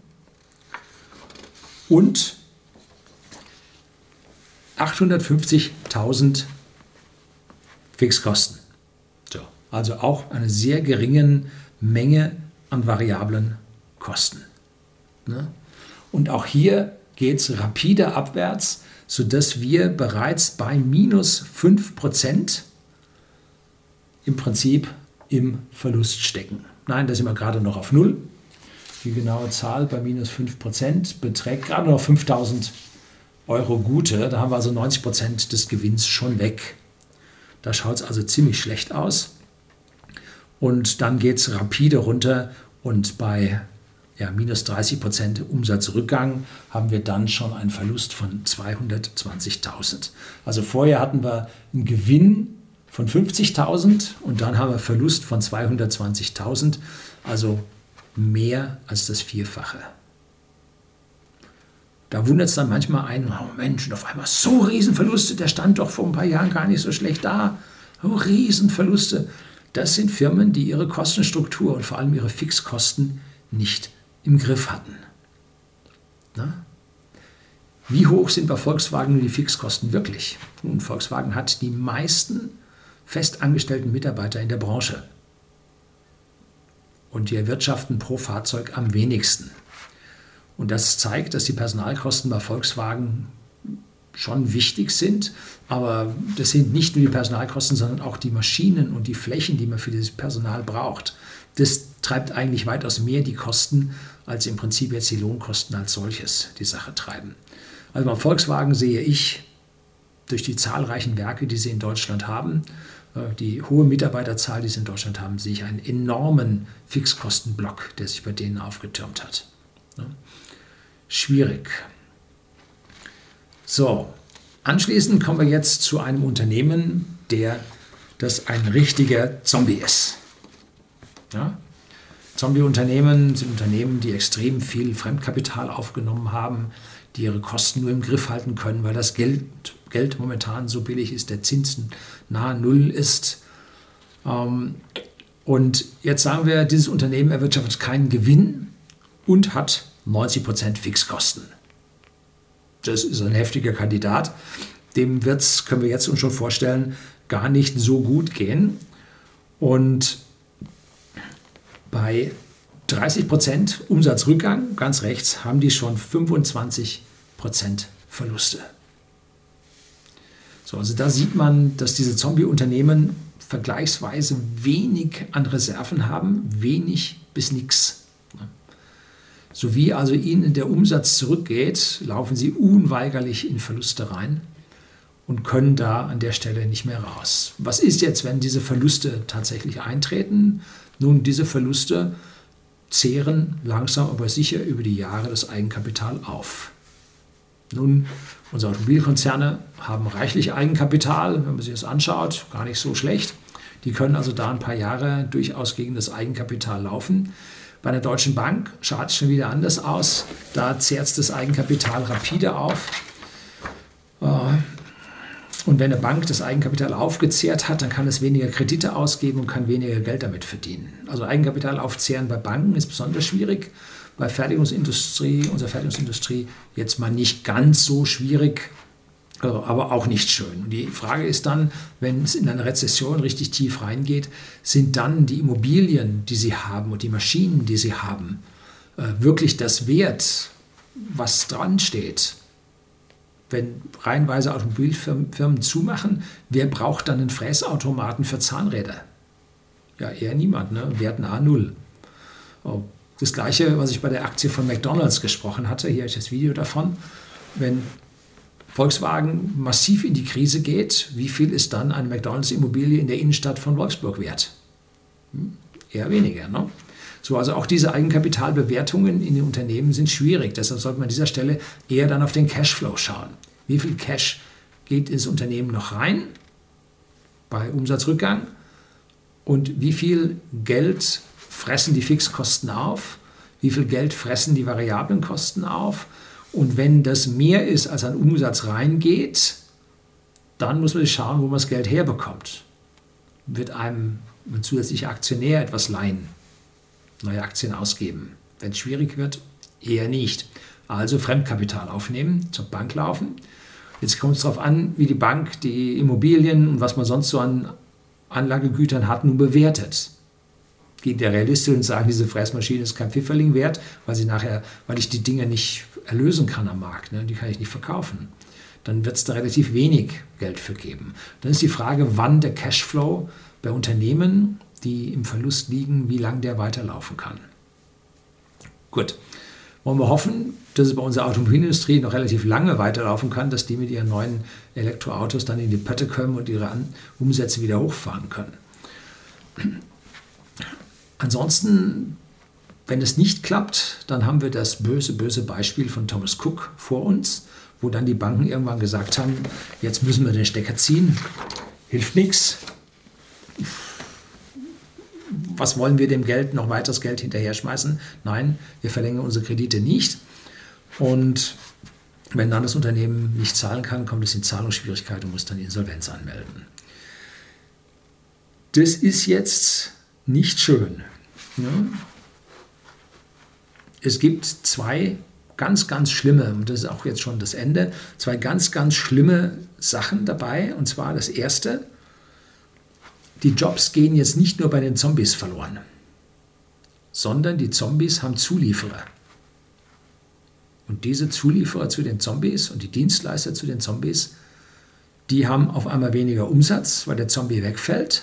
und 850.000 Fixkosten. So, also auch eine sehr geringe Menge an variablen Kosten. Ne? Und auch hier geht es rapide abwärts, sodass wir bereits bei minus 5% im Prinzip im Verlust stecken. Nein, da sind wir gerade noch auf Null. Die genaue Zahl bei minus 5% beträgt gerade noch 5.000 Euro Gute. Da haben wir also 90% des Gewinns schon weg. Da schaut es also ziemlich schlecht aus. Und dann geht es rapide runter und bei minus 30% Umsatzrückgang haben wir dann schon einen Verlust von 220.000. Also vorher hatten wir einen Gewinn von 50.000 und dann haben wir Verlust von 220.000, also mehr als das Vierfache. Da wundert es dann manchmal einen, oh Mensch, und auf einmal so Riesenverluste, der stand doch vor ein paar Jahren gar nicht so schlecht da. Oh, Riesenverluste. Das sind Firmen, die ihre Kostenstruktur und vor allem ihre Fixkosten nicht im Griff hatten. Na? Wie hoch sind bei Volkswagen nun die Fixkosten wirklich? Nun, Volkswagen hat die meisten festangestellten Mitarbeiter in der Branche. Und die erwirtschaften pro Fahrzeug am wenigsten. Und das zeigt, dass die Personalkosten bei Volkswagen schon wichtig sind. Aber das sind nicht nur die Personalkosten, sondern auch die Maschinen und die Flächen, die man für dieses Personal braucht. Das treibt eigentlich weitaus mehr die Kosten, als im Prinzip jetzt die Lohnkosten als solches die Sache treiben. Also bei Volkswagen sehe ich durch die zahlreichen Werke, die sie in Deutschland haben, die hohe Mitarbeiterzahl, die sie in Deutschland haben, sehe ich einen enormen Fixkostenblock, der sich bei denen aufgetürmt hat. Schwierig. So, anschließend kommen wir jetzt zu einem Unternehmen, das ein richtiger Zombie ist. Ja? Zombie-Unternehmen sind Unternehmen, die extrem viel Fremdkapital aufgenommen haben, die ihre Kosten nur im Griff halten können, weil das Geld momentan so billig ist, der Zins nahe Null ist. Und jetzt sagen wir, dieses Unternehmen erwirtschaftet keinen Gewinn und hat 90% Fixkosten. Das ist ein heftiger Kandidat. Dem wird's, können wir jetzt uns schon vorstellen, gar nicht so gut gehen. Und bei 30% Umsatzrückgang, ganz rechts, haben die schon 25% Verluste. So, also da sieht man, dass diese Zombie-Unternehmen vergleichsweise wenig an Reserven haben, wenig bis nichts. So wie also ihnen der Umsatz zurückgeht, laufen sie unweigerlich in Verluste rein und können da an der Stelle nicht mehr raus. Was ist jetzt, wenn diese Verluste tatsächlich eintreten? Nun, diese Verluste zehren langsam aber sicher über die Jahre das Eigenkapital auf. Nun, unsere Automobilkonzerne haben reichlich Eigenkapital, wenn man sich das anschaut, gar nicht so schlecht. Die können also da ein paar Jahre durchaus gegen das Eigenkapital laufen. Bei einer Deutschen Bank schaut es schon wieder anders aus. Da zehrt das Eigenkapital rapide auf. Und wenn eine Bank das Eigenkapital aufgezehrt hat, dann kann es weniger Kredite ausgeben und kann weniger Geld damit verdienen. Also Eigenkapital aufzehren bei Banken ist besonders schwierig. Bei unserer Fertigungsindustrie jetzt mal nicht ganz so schwierig, aber auch nicht schön. Und die Frage ist dann, wenn es in eine Rezession richtig tief reingeht, sind dann die Immobilien, die sie haben und die Maschinen, die sie haben, wirklich das wert, was dran steht? Wenn reihenweise Automobilfirmen zumachen, wer braucht dann einen Fräsautomaten für Zahnräder? Ja, eher niemand, ne? Wert nahe Null. Oh. Das Gleiche, was ich bei der Aktie von McDonald's gesprochen hatte, hier ist das Video davon. Wenn Volkswagen massiv in die Krise geht, wie viel ist dann eine McDonald's-Immobilie in der Innenstadt von Wolfsburg wert? Eher weniger, ne? So, also auch diese Eigenkapitalbewertungen in den Unternehmen sind schwierig. Deshalb sollte man an dieser Stelle eher dann auf den Cashflow schauen. Wie viel Cash geht ins Unternehmen noch rein bei Umsatzrückgang und wie viel Geld fressen die Fixkosten auf, wie viel Geld fressen die variablen Kosten auf. Und wenn das mehr ist, als an Umsatz reingeht, dann muss man schauen, wo man das Geld herbekommt. Wird einem ein zusätzlicher Aktionär etwas leihen, neue Aktien ausgeben. Wenn es schwierig wird, eher nicht. Also Fremdkapital aufnehmen, zur Bank laufen. Jetzt kommt es darauf an, wie die Bank die Immobilien und was man sonst so an Anlagegütern hat, nun bewertet. gehen der Realistisch und sagen, diese Fräsmaschine ist kein Pfifferling wert, weil ich die Dinge nicht erlösen kann am Markt, ne? Die kann ich nicht verkaufen. Dann wird es da relativ wenig Geld für geben. Dann ist die Frage, wann der Cashflow bei Unternehmen, die im Verlust liegen, wie lange der weiterlaufen kann. Gut, wollen wir hoffen, dass es bei unserer Automobilindustrie noch relativ lange weiterlaufen kann, dass die mit ihren neuen Elektroautos dann in die Pötte kommen und ihre Umsätze wieder hochfahren können. Ansonsten, wenn es nicht klappt, dann haben wir das böse, böse Beispiel von Thomas Cook vor uns, wo dann die Banken irgendwann gesagt haben, jetzt müssen wir den Stecker ziehen, hilft nichts. Was wollen wir dem Geld, noch weiteres Geld hinterher schmeißen? Nein, wir verlängern unsere Kredite nicht. Und wenn dann das Unternehmen nicht zahlen kann, kommt es in Zahlungsschwierigkeiten und muss dann Insolvenz anmelden. Das ist jetzt nicht schön. Es gibt zwei ganz, ganz schlimme, und das ist auch jetzt schon das Ende, zwei ganz, ganz schlimme Sachen dabei. Und zwar das erste, die Jobs gehen jetzt nicht nur bei den Zombies verloren, sondern die Zombies haben Zulieferer. Und diese Zulieferer zu den Zombies und die Dienstleister zu den Zombies, die haben auf einmal weniger Umsatz, weil der Zombie wegfällt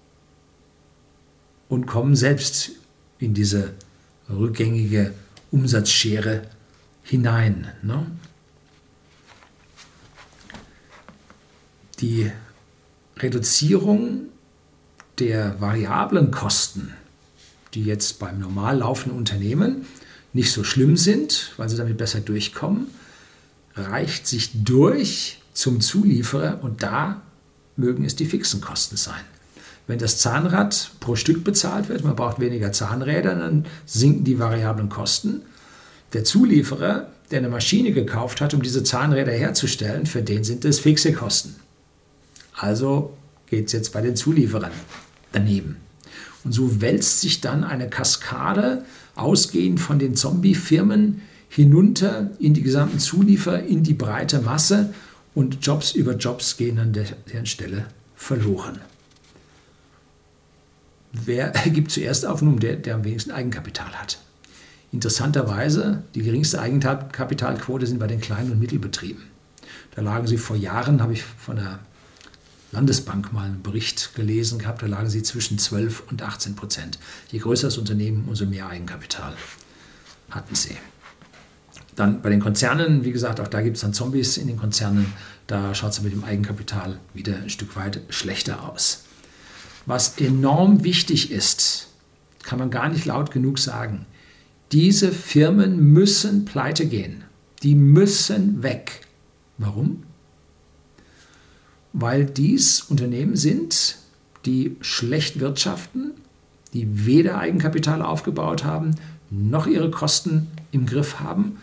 und kommen selbst in diese rückgängige Umsatzschere hinein. Ne? Die Reduzierung der variablen Kosten, die jetzt beim normal laufenden Unternehmen nicht so schlimm sind, weil sie damit besser durchkommen, reicht sich durch zum Zulieferer und da mögen es die fixen Kosten sein. Wenn das Zahnrad pro Stück bezahlt wird, man braucht weniger Zahnräder, dann sinken die variablen Kosten. Der Zulieferer, der eine Maschine gekauft hat, um diese Zahnräder herzustellen, für den sind es fixe Kosten. Also geht es jetzt bei den Zulieferern daneben. Und so wälzt sich dann eine Kaskade, ausgehend von den Zombie-Firmen, hinunter in die gesamten Zulieferer, in die breite Masse und Jobs über Jobs gehen an deren Stelle verloren. Wer gibt zuerst auf, der am wenigsten Eigenkapital hat? Interessanterweise, die geringste Eigenkapitalquote sind bei den kleinen und Mittelbetrieben. Da lagen sie vor Jahren, habe ich von der Landesbank mal einen Bericht gelesen gehabt, da lagen sie zwischen 12% und 18%. Je größer das Unternehmen, umso mehr Eigenkapital hatten sie. Dann bei den Konzernen, wie gesagt, auch da gibt es dann Zombies in den Konzernen, da schaut es mit dem Eigenkapital wieder ein Stück weit schlechter aus. Was enorm wichtig ist, kann man gar nicht laut genug sagen, diese Firmen müssen pleite gehen. Die müssen weg. Warum? Weil dies Unternehmen sind, die schlecht wirtschaften, die weder Eigenkapital aufgebaut haben, noch ihre Kosten im Griff haben.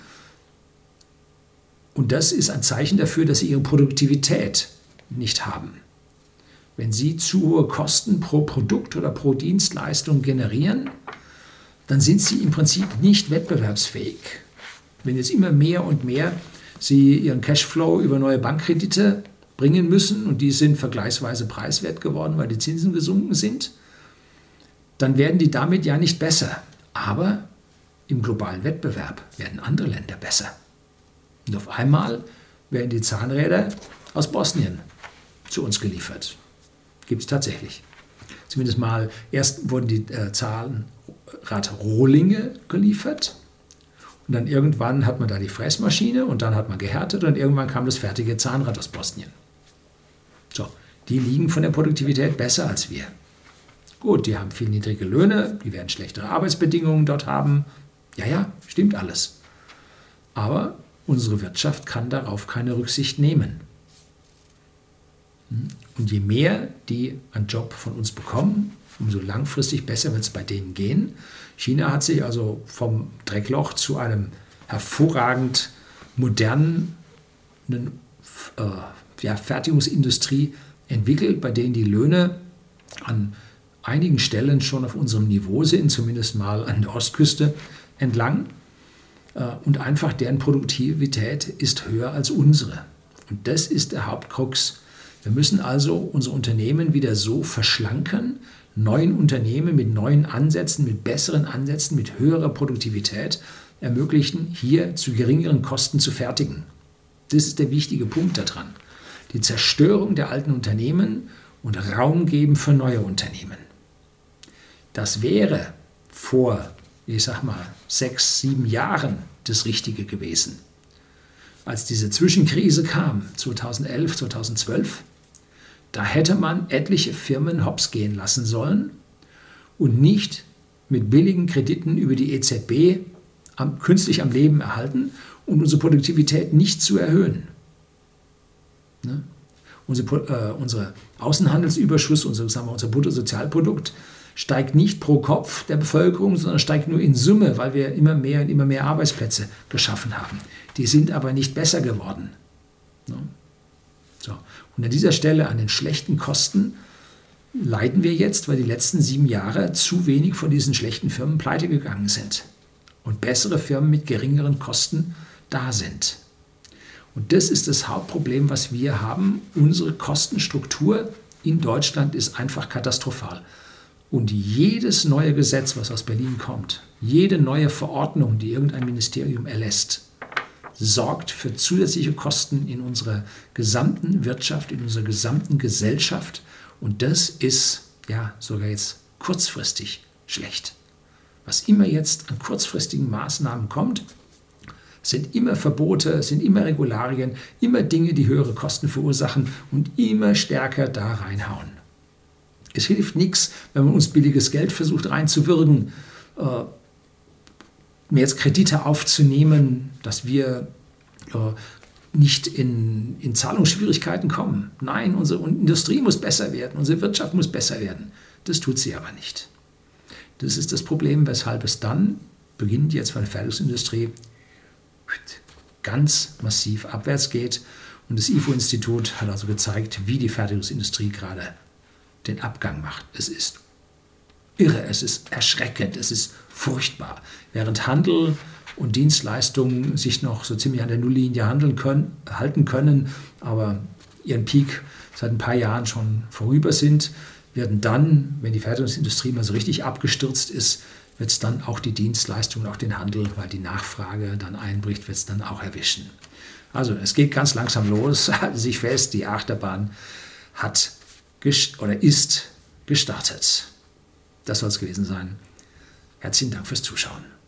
Und das ist ein Zeichen dafür, dass sie ihre Produktivität nicht haben. Wenn Sie zu hohe Kosten pro Produkt oder pro Dienstleistung generieren, dann sind Sie im Prinzip nicht wettbewerbsfähig. Wenn jetzt immer mehr und mehr Sie Ihren Cashflow über neue Bankkredite bringen müssen und die sind vergleichsweise preiswert geworden, weil die Zinsen gesunken sind, dann werden die damit ja nicht besser. Aber im globalen Wettbewerb werden andere Länder besser. Und auf einmal werden die Zahnräder aus Bosnien zu uns geliefert. Gibt es tatsächlich. Zumindest mal, erst wurden die Zahnradrohlinge geliefert und dann irgendwann hat man da die Fräsmaschine und dann hat man gehärtet und irgendwann kam das fertige Zahnrad aus Bosnien. So, die liegen von der Produktivität besser als wir. Gut, die haben viel niedrige Löhne, die werden schlechtere Arbeitsbedingungen dort haben. Ja, stimmt alles. Aber unsere Wirtschaft kann darauf keine Rücksicht nehmen. Und je mehr die einen Job von uns bekommen, umso langfristig besser wird es bei denen gehen. China hat sich also vom Dreckloch zu einem hervorragend modernen Fertigungsindustrie entwickelt, bei denen die Löhne an einigen Stellen schon auf unserem Niveau sind, zumindest mal an der Ostküste entlang. Und einfach deren Produktivität ist höher als unsere. Und das ist der Hauptkrux. Wir müssen also unsere Unternehmen wieder so verschlanken, neuen Unternehmen mit neuen Ansätzen, mit besseren Ansätzen, mit höherer Produktivität ermöglichen, hier zu geringeren Kosten zu fertigen. Das ist der wichtige Punkt daran. Die Zerstörung der alten Unternehmen und Raum geben für neue Unternehmen. Das wäre vor, 6, 7 Jahren das Richtige gewesen. Als diese Zwischenkrise kam, 2011, 2012, da hätte man etliche Firmen hops gehen lassen sollen und nicht mit billigen Krediten über die EZB künstlich am Leben erhalten und unsere Produktivität nicht zu erhöhen. Ne? Unser Außenhandelsüberschuss, unser Bruttosozialprodukt, steigt nicht pro Kopf der Bevölkerung, sondern steigt nur in Summe, weil wir immer mehr und immer mehr Arbeitsplätze geschaffen haben. Die sind aber nicht besser geworden. Ne? So. Und an dieser Stelle, an den schlechten Kosten, leiden wir jetzt, weil die letzten 7 Jahre zu wenig von diesen schlechten Firmen pleite gegangen sind und bessere Firmen mit geringeren Kosten da sind. Und das ist das Hauptproblem, was wir haben. Unsere Kostenstruktur in Deutschland ist einfach katastrophal. Und jedes neue Gesetz, was aus Berlin kommt, jede neue Verordnung, die irgendein Ministerium erlässt, sorgt für zusätzliche Kosten in unserer gesamten Wirtschaft, in unserer gesamten Gesellschaft. Und das ist ja sogar jetzt kurzfristig schlecht. Was immer jetzt an kurzfristigen Maßnahmen kommt, sind immer Verbote, sind immer Regularien, immer Dinge, die höhere Kosten verursachen und immer stärker da reinhauen. Es hilft nichts, wenn man uns billiges Geld versucht reinzuwirken, mir jetzt Kredite aufzunehmen, dass wir nicht in Zahlungsschwierigkeiten kommen. Nein, unsere Industrie muss besser werden, unsere Wirtschaft muss besser werden. Das tut sie aber nicht. Das ist das Problem, weshalb es dann, beginnend jetzt bei der Fertigungsindustrie, ganz massiv abwärts geht. Und das IFO-Institut hat also gezeigt, wie die Fertigungsindustrie gerade den Abgang macht. Es ist irre, es ist erschreckend, es ist furchtbar. Während Handel und Dienstleistungen sich noch so ziemlich an der Nulllinie halten können, aber ihren Peak seit ein paar Jahren schon vorüber sind, werden dann, wenn die Fertigungsindustrie mal so richtig abgestürzt ist, wird es dann auch die Dienstleistungen, auch den Handel, weil die Nachfrage dann einbricht, wird es dann auch erwischen. Also es geht ganz langsam los, halten Sie sich fest, die Achterbahn ist gestartet. Das soll es gewesen sein. Herzlichen Dank fürs Zuschauen.